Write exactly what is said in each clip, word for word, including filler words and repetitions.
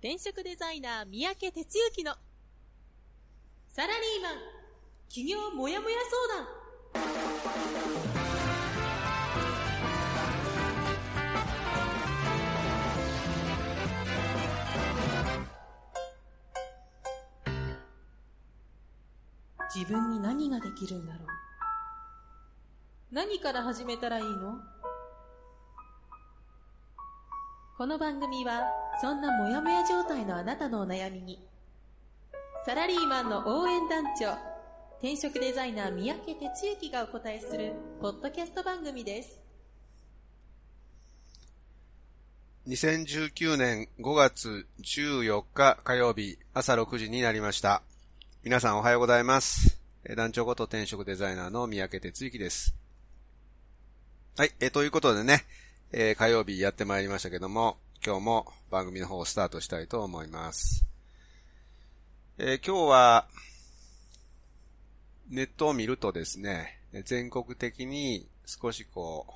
転職デザイナー三宅哲之のサラリーマン起業もやもや相談。自分に何ができるんだろう。何から始めたらいいの？この番組はそんなモヤモヤ状態のあなたのお悩みにサラリーマンの応援団長、転職デザイナー三宅哲之がお答えするポッドキャスト番組です。 にせんじゅうきゅうねんごがつじゅうよっか火曜日朝ろくじになりました。皆さんおはようございます。団長こと転職デザイナーの三宅哲之です。はい、えということでね、えー、火曜日やってまいりましたけども、今日も番組の方をスタートしたいと思います。えー、今日はネットを見るとですね、全国的に少しこ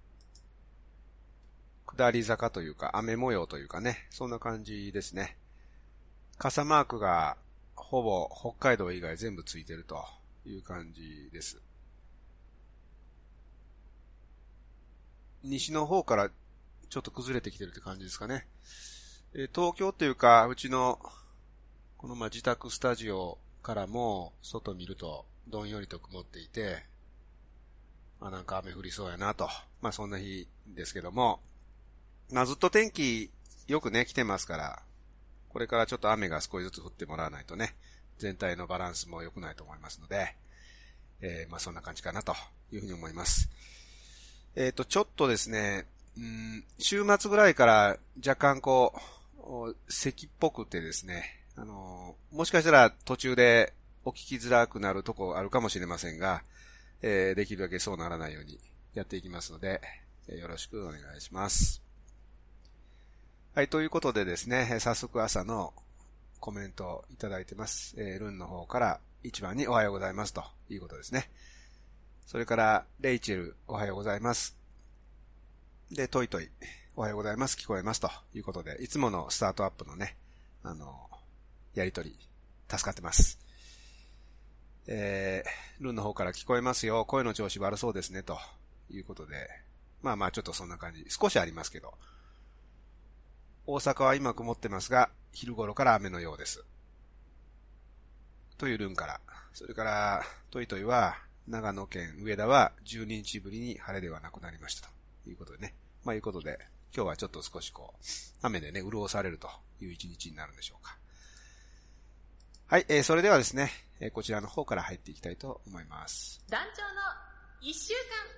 う下り坂というか雨模様というかね、そんな感じですね。傘マークがほぼ北海道以外全部ついてるという感じです。西の方からちょっと崩れてきてるって感じですかね。えー、東京というか、うちのこのまあ自宅スタジオからも外見るとどんよりと曇っていて、まあなんか雨降りそうやなと。まあそんな日ですけども、まあずっと天気よくね来てますから、これからちょっと雨が少しずつ降ってもらわないとね、全体のバランスも良くないと思いますので、えー、まあそんな感じかなというふうに思います。えっと、ちょっとですね、うん、週末ぐらいから若干こう、咳っぽくてですね、あのー、もしかしたら途中でお聞きづらくなるとこあるかもしれませんが、えー、できるだけそうならないようにやっていきますので、えー、よろしくお願いします。はい、ということでですね、早速朝のコメントをいただいてます。えー、ルンの方から一番におはようございますということですね。それから、レイチェル、おはようございます。で、トイトイ、おはようございます。聞こえます。ということで、いつものスタートアップのね、あの、やりとり、助かってます。えー、ルンの方から聞こえますよ。声の調子悪そうですね。ということで、まあまあちょっとそんな感じ。少しありますけど。大阪は今曇ってますが、昼頃から雨のようです。というルンから。それから、トイトイは、長野県上田はじゅうにちぶりに晴れではなくなりましたということでね。まあいうことで、今日はちょっと少しこう、雨でね、潤されるという一日になるんでしょうか。はい、えー、それではですね、えー、こちらの方から入っていきたいと思います。 団長の一週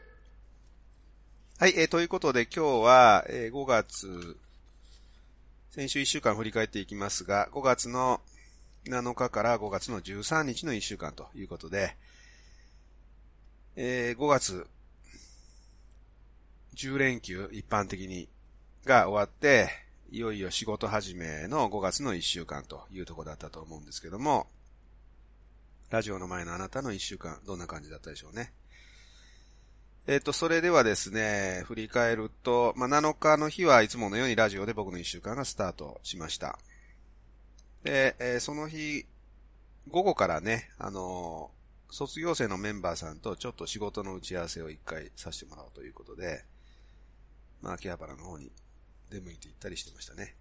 間。はい、えー、ということで今日は、えー、ごがつ、先週いっしゅうかん振り返っていきますが、ごがつのなのかからごがつのじゅうさんにちのいっしゅうかんということで、えー、ごがつ、じゅうれんきゅう一般的にが終わって、いよいよ仕事始めのごがつのいっしゅうかんというところだったと思うんですけども、ラジオの前のあなたのいっしゅうかん、どんな感じだったでしょうね。えっと、それではですね、振り返ると、まあ、なのかの日はいつものようにラジオで僕のいっしゅうかんがスタートしました。で、えー、その日、午後からね、あのー、卒業生のメンバーさんとちょっと仕事の打ち合わせを一回させてもらおうということで、まあ、秋葉原の方に出向いて行ったりしてましたね。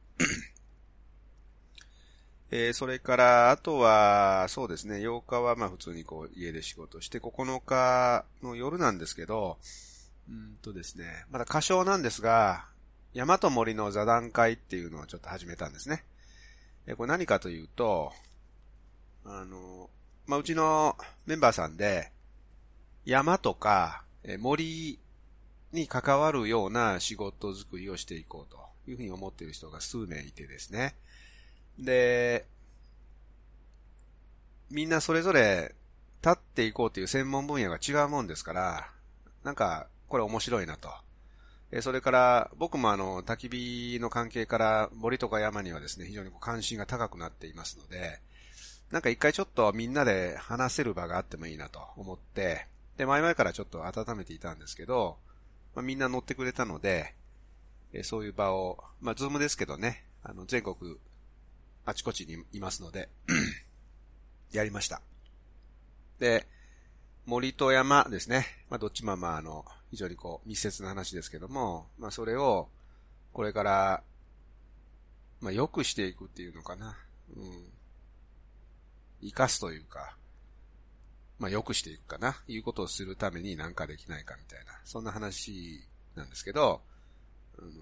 えー、それから、あとは、そうですね、ようかはまあ普通にこう家で仕事して、ここのかの夜なんですけど、うんとですね、まだ仮称なんですが、大和森の座談会っていうのをちょっと始めたんですね。えー、これ何かというと、あの、まあ、うちのメンバーさんで、山とか森に関わるような仕事作りをしていこうというふうに思っている人が数名いてですね。で、みんなそれぞれ立っていこうという専門分野が違うもんですから、なんかこれ面白いなと。それから僕もあの焚き火の関係から森とか山にはですね、非常に関心が高くなっていますので、なんか一回ちょっとみんなで話せる場があってもいいなと思って、で、前々からちょっと温めていたんですけど、まあ、みんな乗ってくれたので、えそういう場を、まあ、ズームですけどね、あの、全国あちこちにいますので、やりました。で、森と山ですね。まあ、どっちもまあ、あの、非常にこう、密接な話ですけども、まあ、それを、これから、まあ、良くしていくっていうのかな。うん。生かすというか、まあ、良くしていくかな。いうことをするために何かできないかみたいな。そんな話なんですけど、あの、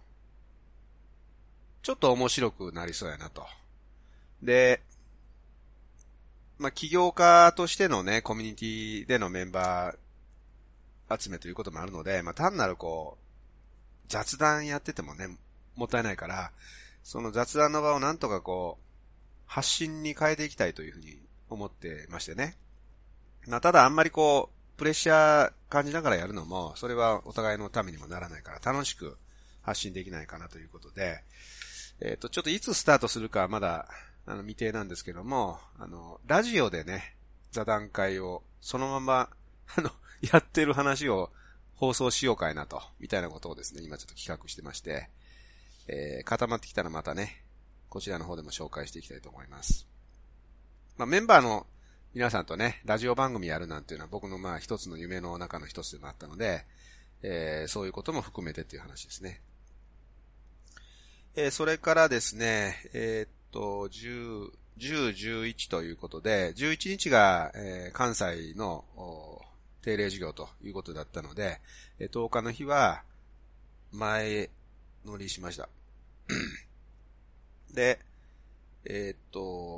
ちょっと面白くなりそうやなと。で、まあ、起業家としてのね、コミュニティでのメンバー集めということもあるので、まあ、単なるこう、雑談やっててもね、もったいないから、その雑談の場をなんとかこう、発信に変えていきたいというふうに思ってましてね。まあ、ただあんまりこう、プレッシャー感じながらやるのも、それはお互いのためにもならないから、楽しく発信できないかなということで、えっと、ちょっといつスタートするかまだ、あの、未定なんですけども、あの、ラジオでね、座談会をそのまま、あの、やってる話を放送しようかいなと、みたいなことをですね、今ちょっと企画してまして、えー、固まってきたらまたね、こちらの方でも紹介していきたいと思います。まあ、メンバーの皆さんとね、ラジオ番組やるなんていうのは僕のまあ一つの夢の中の一つでもあったので、えー、そういうことも含めてっていう話ですね。えー、それからですね、えー、っと、じゅう、じゅう、じゅういちということで、じゅういちにちが、えー、関西の定例授業ということだったので、とおかの日は前乗りしました。で、えー、っと、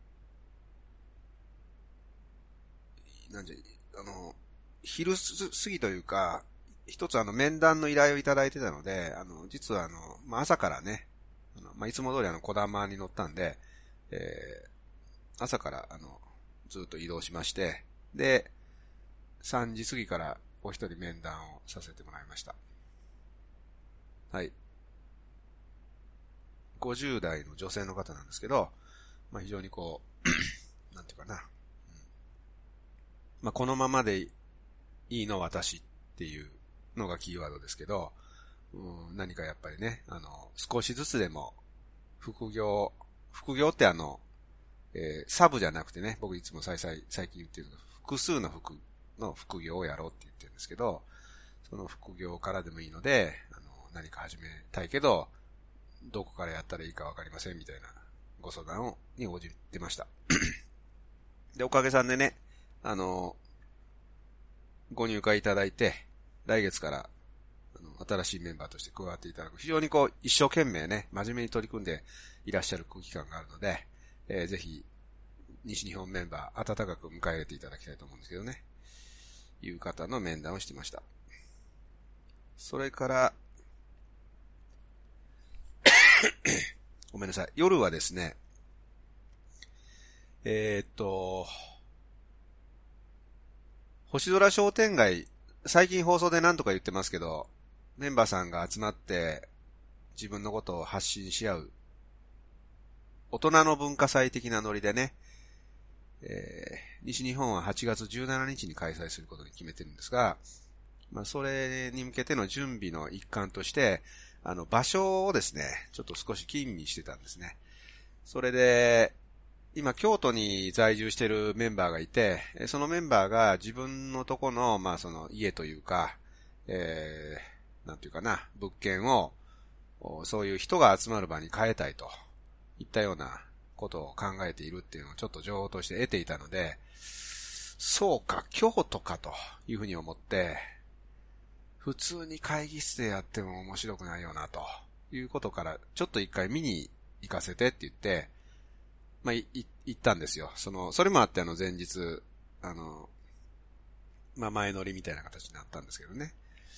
なんじゃ、あの、昼過ぎというか、一つあの面談の依頼をいただいてたので、あの、実はあの、まあ、朝からね、あの、まあ、いつも通りあの、小玉に乗ったんで、えー、朝からあの、ずっと移動しまして、で、さんじ過ぎからお一人面談をさせてもらいました。はい。ごじゅう代の女性の方なんですけど、まあ、非常にこう、なんていうかな、うん、まあ、このままでいいの私っていうのがキーワードですけど、うん、何かやっぱりね、あの、少しずつでも、副業、副業ってあの、えー、サブじゃなくてね、僕いつも最最最近言ってるのが、複数の副の副業をやろうって言ってるんですけど、その副業からでもいいので、あの、何か始めたいけど、どこからやったらいいかわかりませんみたいなご相談を、に応じてました。で、おかげさんでね、あの、ご入会いただいて、来月から、あの、新しいメンバーとして加わっていただく。非常にこう、一生懸命ね、真面目に取り組んでいらっしゃる空気感があるので、えー、ぜひ、西日本メンバー、温かく迎え入れていただきたいと思うんですけどね。いう方の面談をしてました。それから、ごめんなさい。夜はですね、えー、っと、星空商店街、最近放送で何とか言ってますけど、メンバーさんが集まって自分のことを発信し合う、大人の文化祭的なノリでね、えー、西日本ははちがつじゅうしちにちに開催することに決めてるんですが、まあ、それに向けての準備の一環として、あの、場所をですね、ちょっと少し吟味してたんですね。それで、今、京都に在住しているメンバーがいて、そのメンバーが自分のとこの、まあ、その家というか、えー、なんていうかな、物件を、そういう人が集まる場に変えたいといったようなことを考えているっていうのをちょっと情報として得ていたので、そうか、京都かというふうに思って、普通に会議室でやっても面白くないよなということから、ちょっと一回見に行かせてって言って、まあ、い、い、行ったんですよ。その、それもあってあの前日、あの、まあ、前乗りみたいな形になったんですけどね。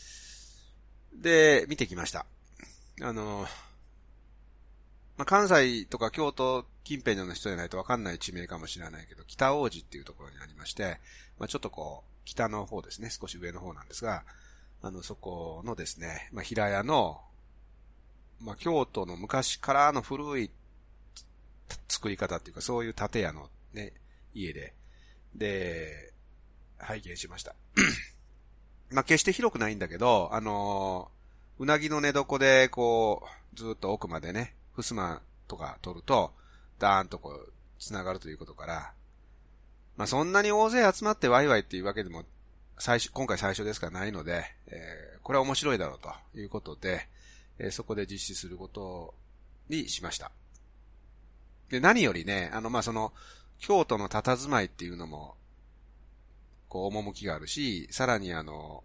で、見てきました。あの、まあ、関西とか京都近辺の人じゃないとわかんない地名かもしれないけど、北大路っていうところにありまして、まあ、ちょっとこう、北の方ですね、少し上の方なんですが、あの、そこのですね、まあ、平屋の、まあ、京都の昔からの古い作り方っていうか、そういう建屋のね、家で、で、拝見しました。まあ、決して広くないんだけど、あのー、うなぎの寝床で、こう、ずっと奥までね、襖とか取ると、 ダーンとこう、繋がるということから、まあそんなに大勢集まってワイワイっていうわけでも、最初、今回最初ですからないので、えー、これは面白いだろうということで、えー、そこで実施することにしました。で、何よりね、あの、まあその、京都の佇まいっていうのも、こう、趣があるし、さらにあの、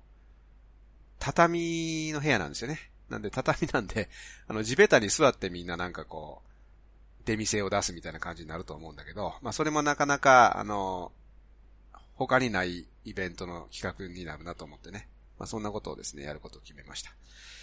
畳の部屋なんですよね。なんで、畳なんで、あの、地べたに座ってみんななんかこう、出店を出すみたいな感じになると思うんだけど、まあ、それもなかなか、あの、他にないイベントの企画になるなと思ってね。まあ、そんなことをですね、やることを決めました。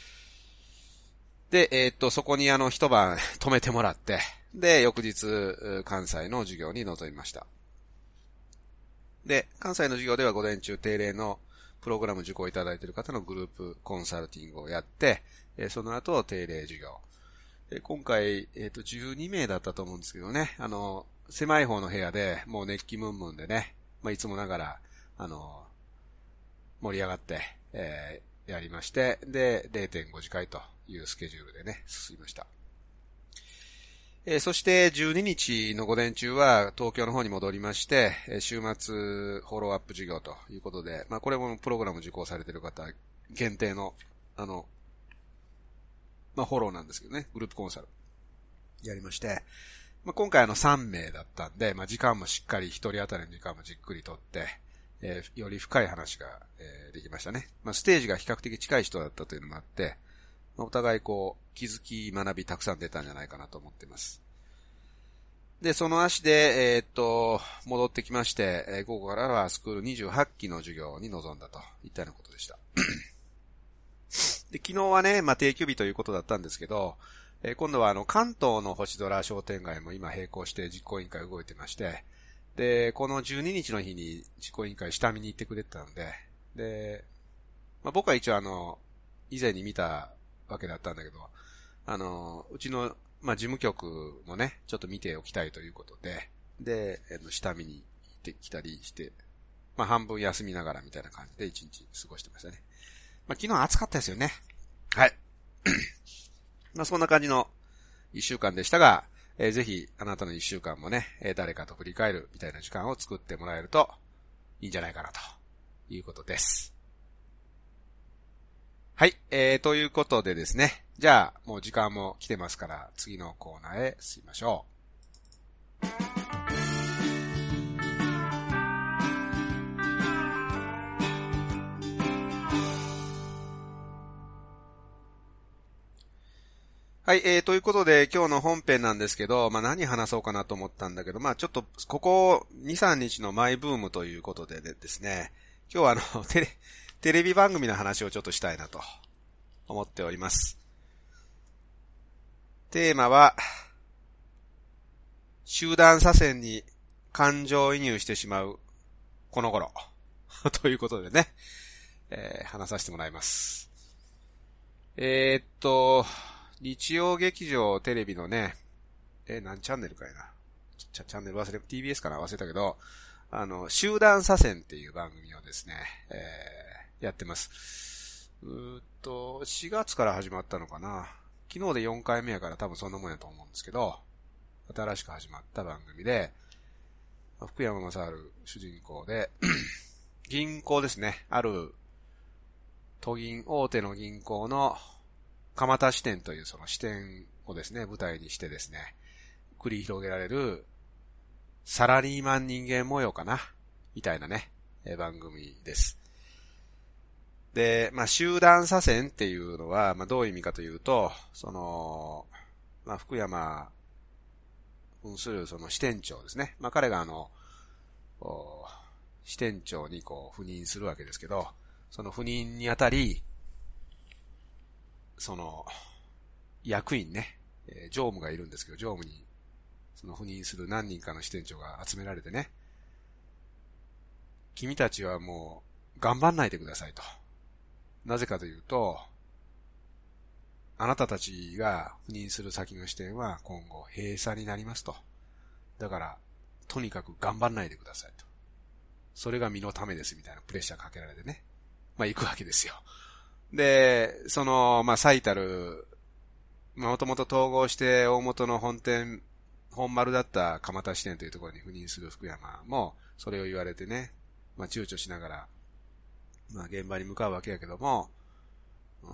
で、えー、っと、そこにあの、一晩泊めてもらって、で、翌日、関西の授業に臨みました。で、関西の授業では午前中定例のプログラム受講いただいている方のグループコンサルティングをやって、その後定例授業。今回、えっと、じゅうにめいだったと思うんですけどね、あの、狭い方の部屋でもう熱気ムンムンでね、まあ、いつもながら、あの、盛り上がって、えー、やりまして、で、れいてんご 次会というスケジュールでね、進みました。えー、そしてじゅうににちの午前中は東京の方に戻りまして、えー、週末フォローアップ授業ということで、まあこれもプログラム受講されている方限定の、あの、まあフォローなんですけどね、グループコンサルやりまして、まあ今回あのさんめいだったんで、まあ時間もしっかり一人当たりの時間もじっくりとって、えー、より深い話が、えー、できましたね。まあステージが比較的近い人だったというのもあって、お互いこう、気づき学びたくさん出たんじゃないかなと思っています。で、その足で、えー、っと、戻ってきまして、えー、午後からはスクールにじゅうはちきの授業に臨んだといったようなことでした。で、昨日はね、まあ、定休日ということだったんですけど、えー、今度はあの、関東の星空商店街も今並行して実行委員会動いてまして、で、このじゅうににちの日に実行委員会下見に行ってくれてたので、で、まあ、僕は一応あの、以前に見たわけだったんだけど、あの、うちの、まあ、事務局もね、ちょっと見ておきたいということで、で、えの下見に行ってきたりして、まあ、半分休みながらみたいな感じで一日過ごしてましたね。まあ、昨日暑かったですよね。はい。まあ、そんな感じの一週間でしたが、えー、ぜひ、あなたの一週間もね、えー、誰かと振り返るみたいな時間を作ってもらえるといいんじゃないかなということです。はい、えー、ということでですね。じゃあ、もう時間も来てますから、次のコーナーへ進みましょう。はい、えー、ということで、今日の本編なんですけど、まあ、何話そうかなと思ったんだけど、まあ、ちょっと、ここに、さんにちのマイブームということでですね、今日はあの、テレ、テレビ番組の話をちょっとしたいなと思っております。テーマは、集団左遷に感情移入してしまうこの頃ということでね、えー、話させてもらいます。えー、っと、日曜劇場テレビのね、えー、何チャンネルかいな。チャ、チャンネル忘れ、ティービーエス かな忘れたけど、あの、集団左遷っていう番組をですね、えー、やってます。うーっと、しがつから始まったのかな。昨日でよんかいめやから多分そんなもんやと思うんですけど、新しく始まった番組で、福山雅治主人公で、銀行ですね。ある、都銀、大手の銀行の蒲田支店というその支店をですね、舞台にしてですね、繰り広げられる、サラリーマン人間模様かなみたいなね、番組です。で、まあ、集団左遷っていうのは、まあ、どういう意味かというと、その、まあ、福山、扮するその支店長ですね。まあ、彼があの、支店長にこう、赴任するわけですけど、その赴任にあたり、その、役員ね、えー、常務がいるんですけど、常務に、その赴任する何人かの支店長が集められてね、君たちはもう、頑張んないでくださいと。なぜかというと、あなたたちが赴任する先の支店は今後閉鎖になりますと。だから、とにかく頑張んないでくださいと。それが身のためですみたいなプレッシャーかけられてね。まあ行くわけですよ。で、その、まあ最たる、まあもともと統合して大元の本店、 本丸だった蒲田支店というところに赴任する福山も、それを言われてね、まあ躊躇しながら、まあ現場に向かうわけやけども、うー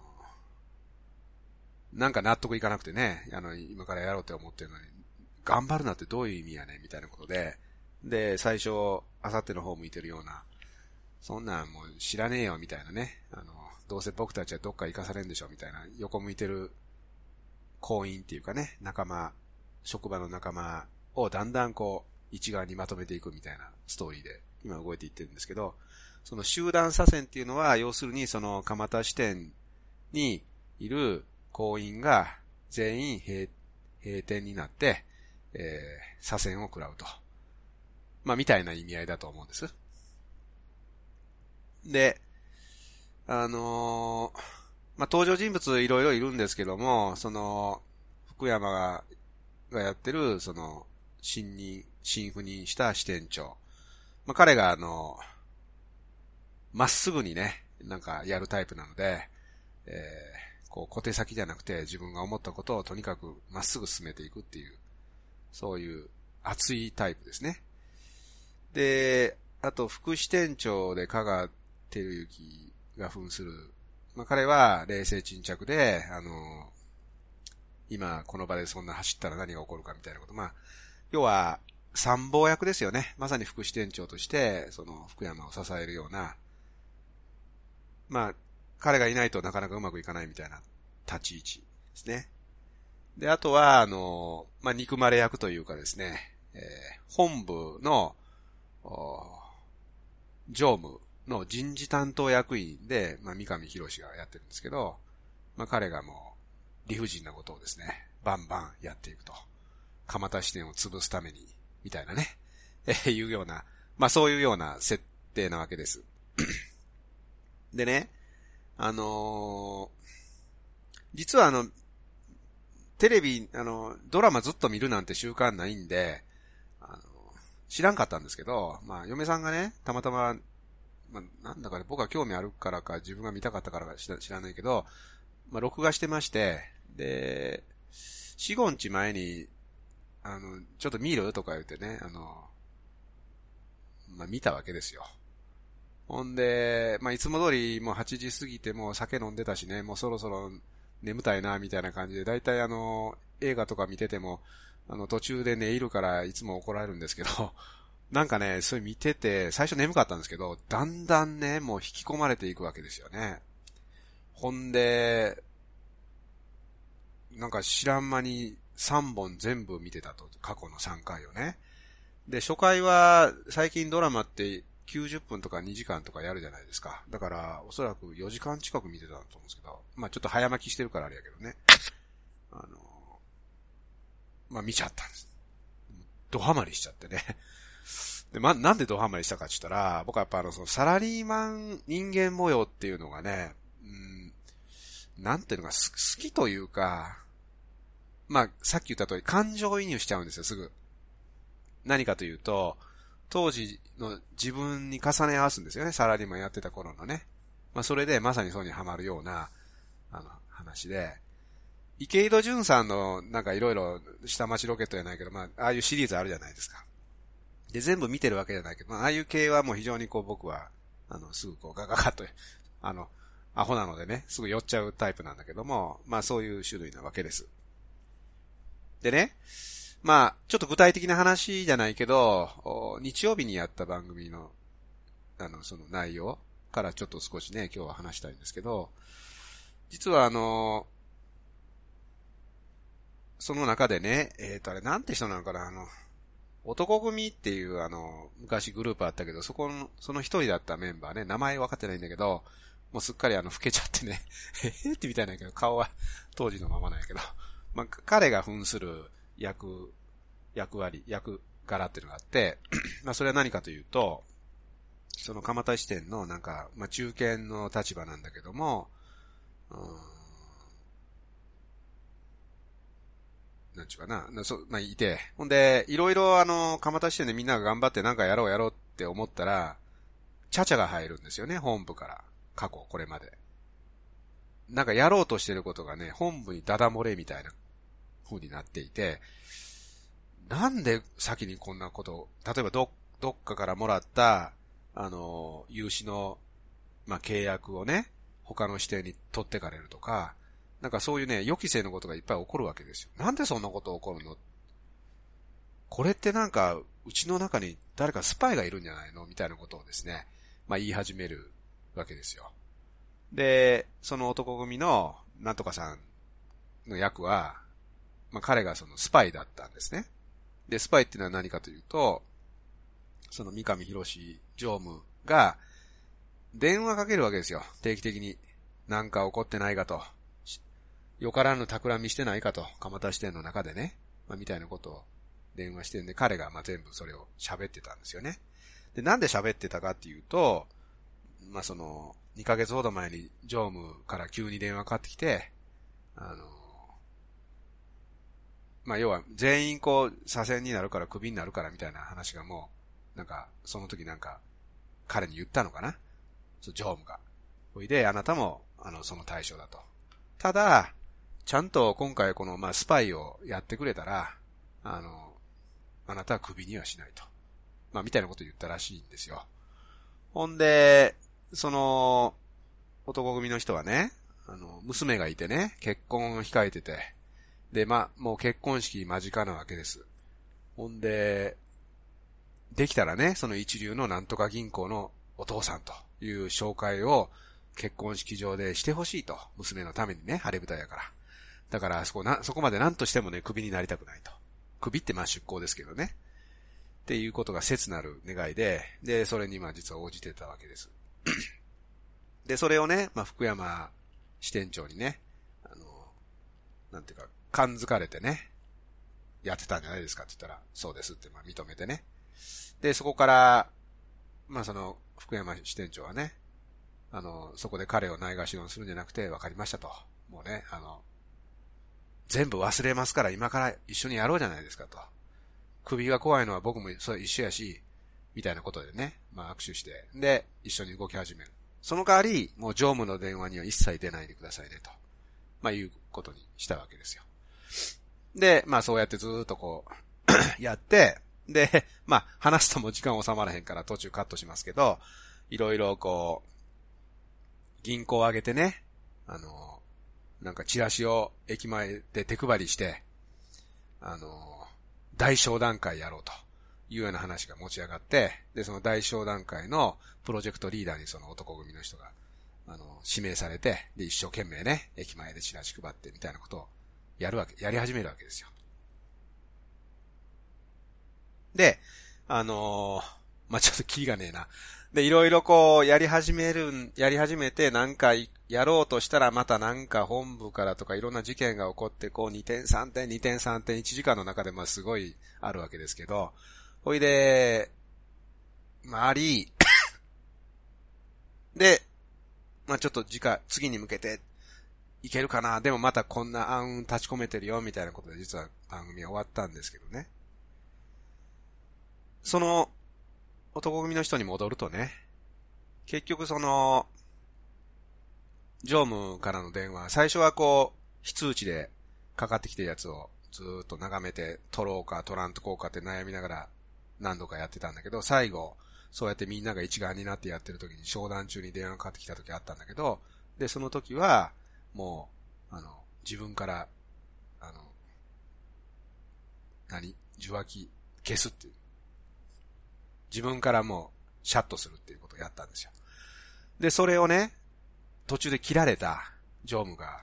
ん、なんか納得いかなくてね、あの、今からやろうって思ってるのに、頑張るなってどういう意味やねんみたいなことで、で、最初、あさっての方向いてるような、そんなんもう知らねえよみたいなね、あの、どうせ僕たちはどっか行かされんでしょみたいな、横向いてる行員っていうかね、仲間、職場の仲間をだんだんこう、一側にまとめていくみたいなストーリーで、今動いていってるんですけど、その集団左遷っていうのは、要するにその蒲田支店にいる行員が全員閉、閉店になって、えー、左遷を食らうと。まあ、みたいな意味合いだと思うんです。で、あのー、まあ、登場人物いろいろいるんですけども、その、福山が、がやってる、その、新任、新赴任した支店長。まあ、彼があの、まっすぐにね、なんかやるタイプなので、えー、こう小手先じゃなくて自分が思ったことをとにかくまっすぐ進めていくっていう、そういう熱いタイプですね。で、あと副支店長で加賀照之が扮する、まあ、彼は冷静沈着で、あの、今この場でそんな走ったら何が起こるかみたいなこと、まあ、要は参謀役ですよね。まさに副支店長として、その福山を支えるような、まあ、彼がいないとなかなかうまくいかないみたいな立ち位置ですね。で、あとは、あの、まあ、憎まれ役というかですね、えー、本部の、常務の人事担当役員で、まあ、三上博史がやってるんですけど、まあ、彼がもう理不尽なことをですね、バンバンやっていくと。蒲田支店を潰すために、みたいなね、えー、いうような、まあ、そういうような設定なわけです。でね、あのー、実はあの、テレビ、あの、ドラマずっと見るなんて習慣ないんで、あの、知らんかったんですけど、まあ、嫁さんがね、たまたま、まあ、なんだかね、僕は興味あるからか、自分が見たかったからか知らないけど、まあ、録画してまして、で、四五日前に、あの、ちょっと見るとか言ってね、あの、まあ、見たわけですよ。ほんで、まあ、いつも通りもうはちじ過ぎてもう酒飲んでたしね、もうそろそろ眠たいな、みたいな感じで、だいたいあの、映画とか見てても、あの、途中で寝入るからいつも怒られるんですけど、なんかね、それ見てて、最初眠かったんですけど、だんだんね、もう引き込まれていくわけですよね。ほんで、なんか知らん間にさんぼん全部見てたと、過去のさんかいをね。で、初回は最近ドラマってきゅうじゅっぷんとかにじかんとかやるじゃないですか。だから、おそらくよじかん近く見てたと思うんですけど、まあちょっと早巻きしてるからあれやけどね。あの、まあ見ちゃったんです。ドハマりしちゃってね。で、ま、なんでドハマりしたかって言ったら、僕はやっぱあの、そのサラリーマン人間模様っていうのがね、うん、なんていうのか好きというか、まあさっき言った通り感情移入しちゃうんですよ、すぐ。何かというと、当時の自分に重ね合わすんですよね。サラリーマンやってた頃のね。まあそれでまさにそうにハマるような、あの、話で。池井戸潤さんのなんかいろいろ下町ロケットじゃないけど、まあ、ああいうシリーズあるじゃないですか。で、全部見てるわけじゃないけど、まあ、ああいう系はもう非常にこう僕は、あの、すぐこうガガガッと、あの、アホなのでね、すぐ寄っちゃうタイプなんだけども、まあそういう種類なわけです。でね、まあ、ちょっと具体的な話じゃないけど、日曜日にやった番組の、あの、その内容からちょっと少しね、今日は話したいんですけど、実はあの、その中でね、えっとあれなんて人なのかな、あの、男組っていうあの、昔グループあったけど、そこの、その一人だったメンバーね、名前分かってないんだけど、もうすっかりあの、老けちゃってね、へへってみたいなんだけど、顔は当時のままなんやけど、まあ、彼が扮する役、役割、役柄っていうのがあって、まあそれは何かというと、その蒲田支店のなんか、まあ中堅の立場なんだけども、うーん、なんちゅうかな、なそまあいて、ほんで、いろいろあの、蒲田支店でみんなが頑張ってなんかやろうやろうって思ったら、チャチャが入るんですよね、本部から。過去、これまで。なんかやろうとしてることがね、本部にダダ漏れみたいな風になっていて、 なんで先にこんなことを、例えばど、どっかからもらった、あの、融資の、まあ、契約をね、他の指定に取ってかれるとか、なんかそういうね、予期せぬことがいっぱい起こるわけですよ。なんでそんなこと起こるの？これってなんか、うちの中に誰かスパイがいるんじゃないのみたいなことをですね、まあ言い始めるわけですよ。で、その男組のなんとかさんの役は、まあ彼がそのスパイだったんですね。で、スパイっていうのは何かというと、その三上博史常務が電話かけるわけですよ。定期的に。なんか起こってないかと。よからぬ企みしてないかと。蒲田支店の中でね。まあみたいなことを電話してんで、彼がまあ全部それを喋ってたんですよね。で、なんで喋ってたかっていうと、まあその、にかげつほど前に常務から急に電話かかってきて、あの、まあ要は全員こう左遷になるからクビになるからみたいな話がもう、なんかその時なんか彼に言ったのかな？そう、常務が。ほいで、あなたもあのその対象だと。ただ、ちゃんと今回このまあスパイをやってくれたら、あの、あなたはクビにはしないと。まあみたいなこと言ったらしいんですよ。ほんで、その、男組の人はね、あの、娘がいてね、結婚を控えてて、で、まあ、もう結婚式間近なわけです。ほんで、できたらね、その一流のなんとか銀行のお父さんという紹介を結婚式場でしてほしいと。娘のためにね、晴れ舞台やから。だから、そこな、そこまで何としてもね、クビになりたくないと。クビってまあ出向ですけどね。っていうことが切なる願いで、で、それにまあ実は応じてたわけです。で、それをね、まあ福山支店長にね、あの、なんていうか、感づかれてね、やってたんじゃないですかって言ったら、そうですってまあ認めてね。で、そこから、まあその、福山支店長はね、あの、そこで彼をないがしろにするんじゃなくて、わかりましたと。もうね、あの、全部忘れますから今から一緒にやろうじゃないですかと。首が怖いのは僕もそれ一緒やし、みたいなことでね、まあ握手して、で、一緒に動き始める。その代わり、もう常務の電話には一切出ないでくださいねと。まあいうことにしたわけですよ。で、まあそうやってずーっとこう、やって、で、まあ話すとも時間収まらへんから途中カットしますけど、いろいろこう、銀行を挙げてね、あの、なんかチラシを駅前で手配りして、あの、大商談会やろうというような話が持ち上がって、で、その大商談会のプロジェクトリーダーにその男組の人が、あの、指名されて、で、一生懸命ね、駅前でチラシ配ってみたいなことをやるわけ、やり始めるわけですよ。で、あのー、まあ、ちょっとキリがねえな。で、いろいろこう、やり始める、やり始めて、なんかやろうとしたら、またなんか本部からとかいろんな事件が起こって、こうにてんさんてん、にてんさんてん、いちじかんの中でまあすごいあるわけですけど、ほいで、まああり、で、まあちょっと次回、次に向けて、いけるかな、でもまたこんな暗雲立ち込めてるよ、みたいなことで実は番組は終わったんですけどね。その、男組の人に戻るとね、結局その、常務からの電話、最初はこう、非通知でかかってきてるやつをずーっと眺めて、取ろうか取らんとこうかって悩みながら何度かやってたんだけど、最後、そうやってみんなが一丸になってやってる時に商談中に電話がかかってきた時あったんだけど、で、その時は、もう、あの、自分から、あの、何？受話器消すっていう。自分からもうシャットするっていうことをやったんですよ。で、それをね、途中で切られた常務が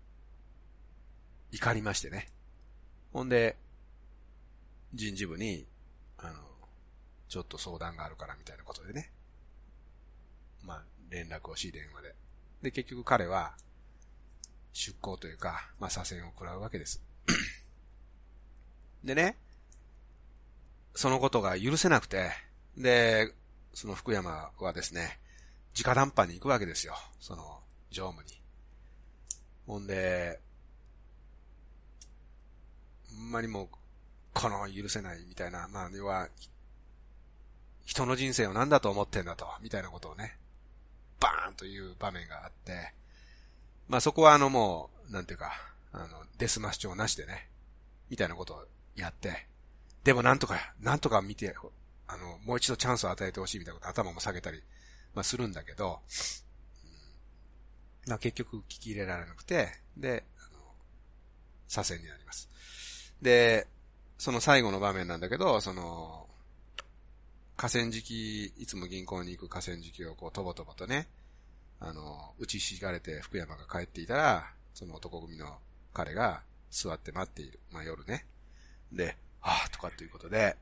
怒りましてね。ほんで、人事部に、あの、ちょっと相談があるからみたいなことでね。まあ、連絡をし、電話で。で、結局彼は、出向というか、まあ、左遷を食らうわけです。でね、そのことが許せなくて、で、その福山はですね、直談判に行くわけですよ。その、常務に。ほんで、ほんまにもう、この許せないみたいな、まあ、要は、人の人生を何だと思ってんだと、みたいなことをね、バーンという場面があって、まあそこはあのもう、なんていうか、あの、デスマス調なしでね、みたいなことをやって、 でもなんとか、なんとか見て、あの、もう一度チャンスを与えてほしいみたいなこと頭も下げたり、まあするんだけど、まあ結局聞き入れられなくて、で、あの、左遷になります。で、その最後の場面なんだけど、その、河川敷、いつも銀行に行く河川敷をこう、とぼとぼとね、あの、打ちひしがれて福山が帰っていたら、その男組の彼が座って待っている。まあ夜ね。で、はぁ、とかっていうことで、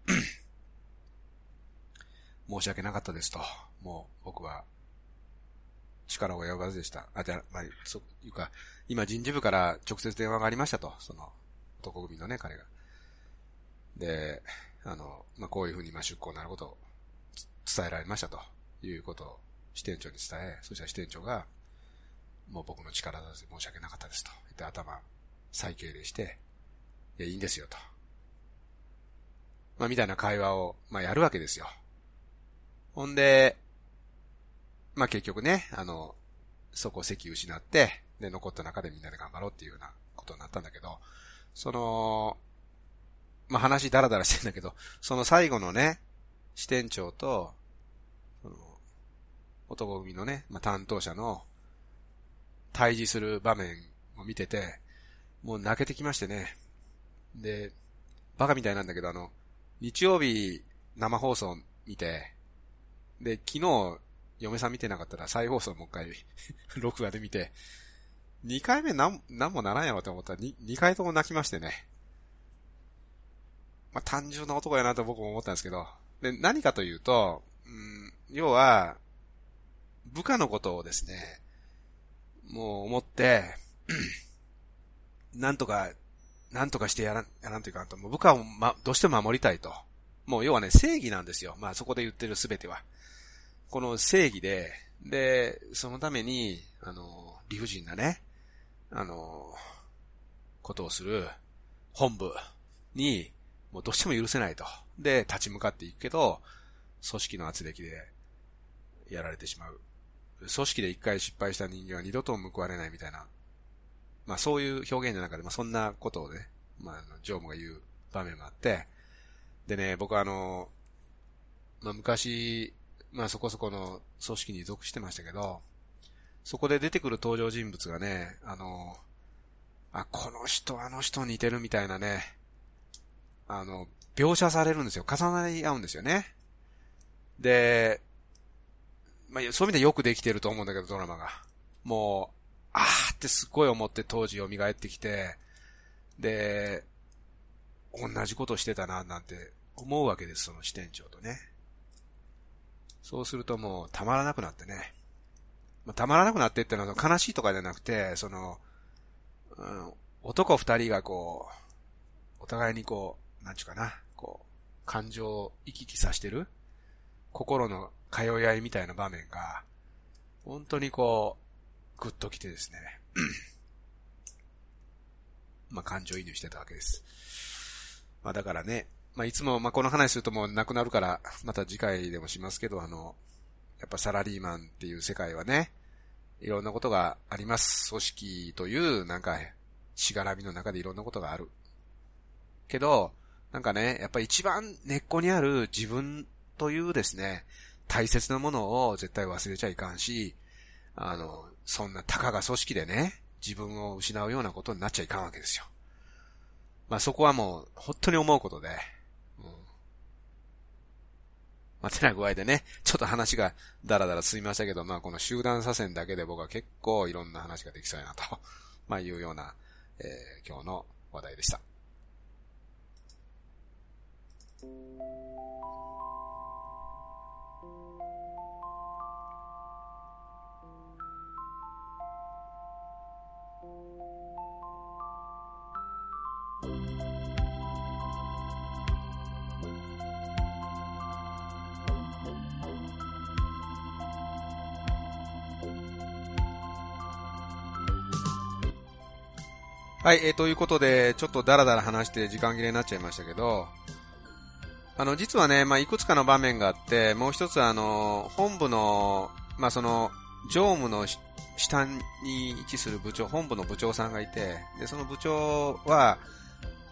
申し訳なかったですと。もう僕は、力及ばずでした。あ、じゃあ、まあ、そういうか、今人事部から直接電話がありましたと。その、男組のね、彼が。で、あの、まあ、こういうふうに今出向になることを伝えられましたということを支店長に伝え、そしたら支店長が、もう僕の力だぜ申し訳なかったですと言って頭再敬礼して、いや、いいんですよと。まあ、みたいな会話を、まあ、やるわけですよ。ほんで、まあ、結局ね、あの、そこを席失って、で、残った中でみんなで頑張ろうっていうようなことになったんだけど、その、まあ、話ダラダラしてんだけど、その最後のね、支店長と、その、男組のね、まあ、担当者の対峙する場面を見てて、もう泣けてきましてね。で、バカみたいなんだけど、あの、日曜日生放送見て、で、昨日、嫁さん見てなかったら再放送もう一回、録画で見て、二回目なん、なんもならんやろって思ったら、に、二回とも泣きましてね。まあ、単純な男やなと僕も思ったんですけど、で、何かというと、うん、要は、部下のことをですね、もう思って、なんとか、なんとかしてやらん、やらんというか、もう部下をま、どうしても守りたいと。もう要はね、正義なんですよ。まあそこで言ってるすべては。この正義で、で、そのために、あの、理不尽なね、あの、ことをする本部に、もうどうしても許せないと。で、立ち向かっていくけど、組織の圧力でやられてしまう。組織で一回失敗した人間は二度と報われないみたいな。まあそういう表現の中で、まあそんなことをね、まあ常務が言う場面もあって、でね、僕はあの、まあ昔、まあそこそこの組織に属してましたけど、そこで出てくる登場人物がね、あの、あ、この人あの人似てるみたいなね、あの、描写されるんですよ。重なり合うんですよね。で、まあそういう意味でよくできてると思うんだけど、ドラマが。もう、あーってすっごい思って当時蘇ってきて、で、同じことしてたな、なんて思うわけです、その支店長とね。そうするともうたまらなくなってね。まあ、たまらなくなってってのは悲しいとかじゃなくて、その、うん、男二人がこう、お互いにこう、なんちゅうかな、こう、感情を行き来させてる心の通い合いみたいな場面が、本当にこう、グッときてですね。まあ、感情移入してたわけです。まあ、だからね、まあ、いつも、まあ、この話するともうなくなるから、また次回でもしますけど、あの、やっぱサラリーマンっていう世界はね、いろんなことがあります。組織という、なんか、しがらみの中でいろんなことがある。けど、なんかね、やっぱ一番根っこにある自分というですね、大切なものを絶対忘れちゃいかんし、あの、そんなたかが組織でね、自分を失うようなことになっちゃいかんわけですよ。まあそこはもう、本当に思うことで、うん。まあてな具合でね、ちょっと話がだらだら進みましたけど、まあこの集団左遷だけで僕は結構いろんな話ができそうやなと、まあいうような、えー、今日の話題でした。はい、えー、ということで、ちょっとダラダラ話して時間切れになっちゃいましたけど、あの、実はね、まあ、いくつかの場面があって、もう一つあの、本部の、まあ、その、常務の下に位置する部長、本部の部長さんがいて、で、その部長は、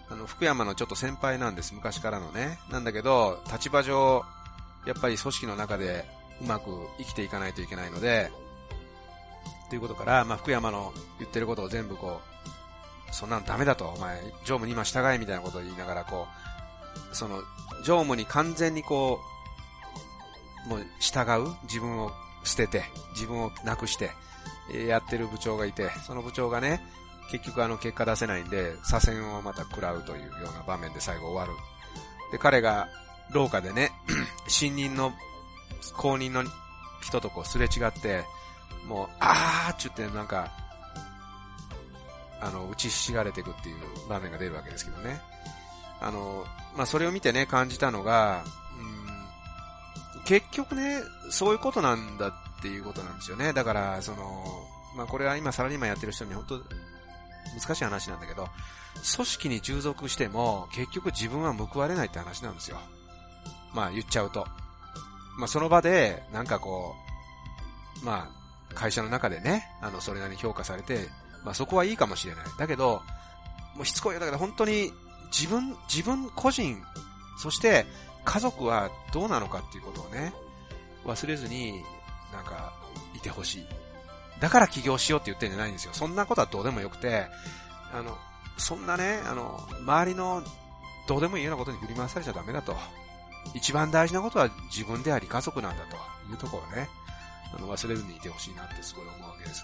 あの、福山のちょっと先輩なんです、昔からのね。なんだけど、立場上、やっぱり組織の中でうまく生きていかないといけないので、ということから、まあ、福山の言ってることを全部こう、そんなのダメだと、お前、常務に今従えみたいなことを言いながら、こう、その、常務に完全にこう、もう従う、自分を捨てて、自分をなくして、やってる部長がいて、その部長がね、結局あの結果出せないんで、左遷をまた食らうというような場面で最後終わる。で、彼が廊下でね、新任の後任の人とこうすれ違って、もう、あーっちゅってなんか、あの、打ちひしがれていくっていう場面が出るわけですけどね。あの、まあ、それを見てね、感じたのが、うん、結局ね、そういうことなんだっていうことなんですよね。だから、その、まあ、これは今サラリーマンやってる人に本当難しい話なんだけど、組織に従属しても結局自分は報われないって話なんですよ。まあ言っちゃうと。まあその場でなんかこう、まあ会社の中でね、あのそれなりに評価されて、まあそこはいいかもしれない。だけど、もうしつこいよ。だから本当に自分、自分個人、そして家族はどうなのかっていうことをね、忘れずになんかいてほしい。だから起業しようって言ってるんじゃないんですよ。そんなことはどうでもよくて、あの、そんなね、あの、周りのどうでもいいようなことに振り回されちゃダメだと。一番大事なことは自分であり家族なんだというところをね、あの、忘れずにいてほしいなってすごい思うわけです。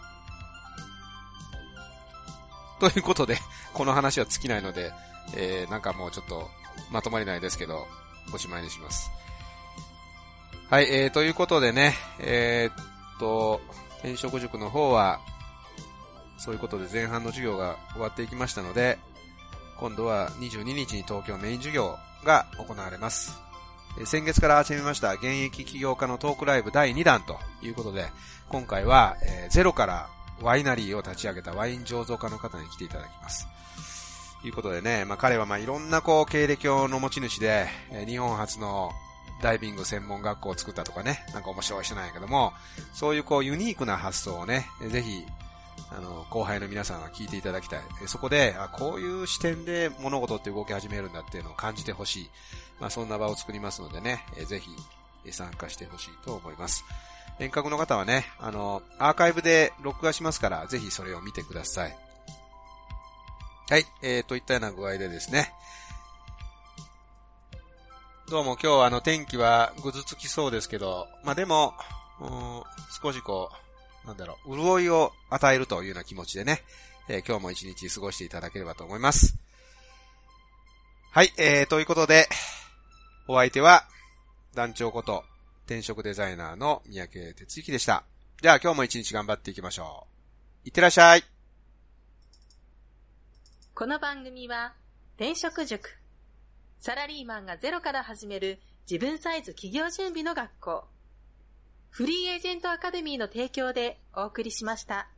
ということで、この話は尽きないので、えー、なんかもうちょっとまとまりないですけど、おしまいにします。はい、えー、ということでね、えー、っと、転職塾の方は、そういうことで前半の授業が終わっていきましたので、今度はにじゅうににちに東京メイン授業が行われます。先月から始めました現役起業家のトークライブだいにだんということで、今回は、えー、ゼロからワイナリーを立ち上げたワイン醸造家の方に来ていただきます。ということでね、まあ彼はまあいろんなこう経歴の持ち主で、えー、日本初のダイビング専門学校を作ったとかね、なんか面白い人なんやけども、そういうこうユニークな発想をね、ぜひ、あの、後輩の皆さんは聞いていただきたい。そこで、あ、こういう視点で物事って動き始めるんだっていうのを感じてほしい。まあそんな場を作りますのでね、ぜひ参加してほしいと思います。遠隔の方はね、あの、アーカイブで録画しますから、ぜひそれを見てください。はい、えー、といったような具合でですね、どうも今日はあの天気はぐずつきそうですけど、まあでも、少しこう、なんだろう、潤いを与えるというような気持ちでね、えー、今日も一日過ごしていただければと思います。はい、えー、ということで、お相手は、団長こと、転職デザイナーの三宅哲之でした。じゃあ今日も一日頑張っていきましょう。いってらっしゃい。 この番組は、転職塾。サラリーマンがゼロから始める自分サイズ起業準備の学校。フリーエージェントアカデミーの提供でお送りしました。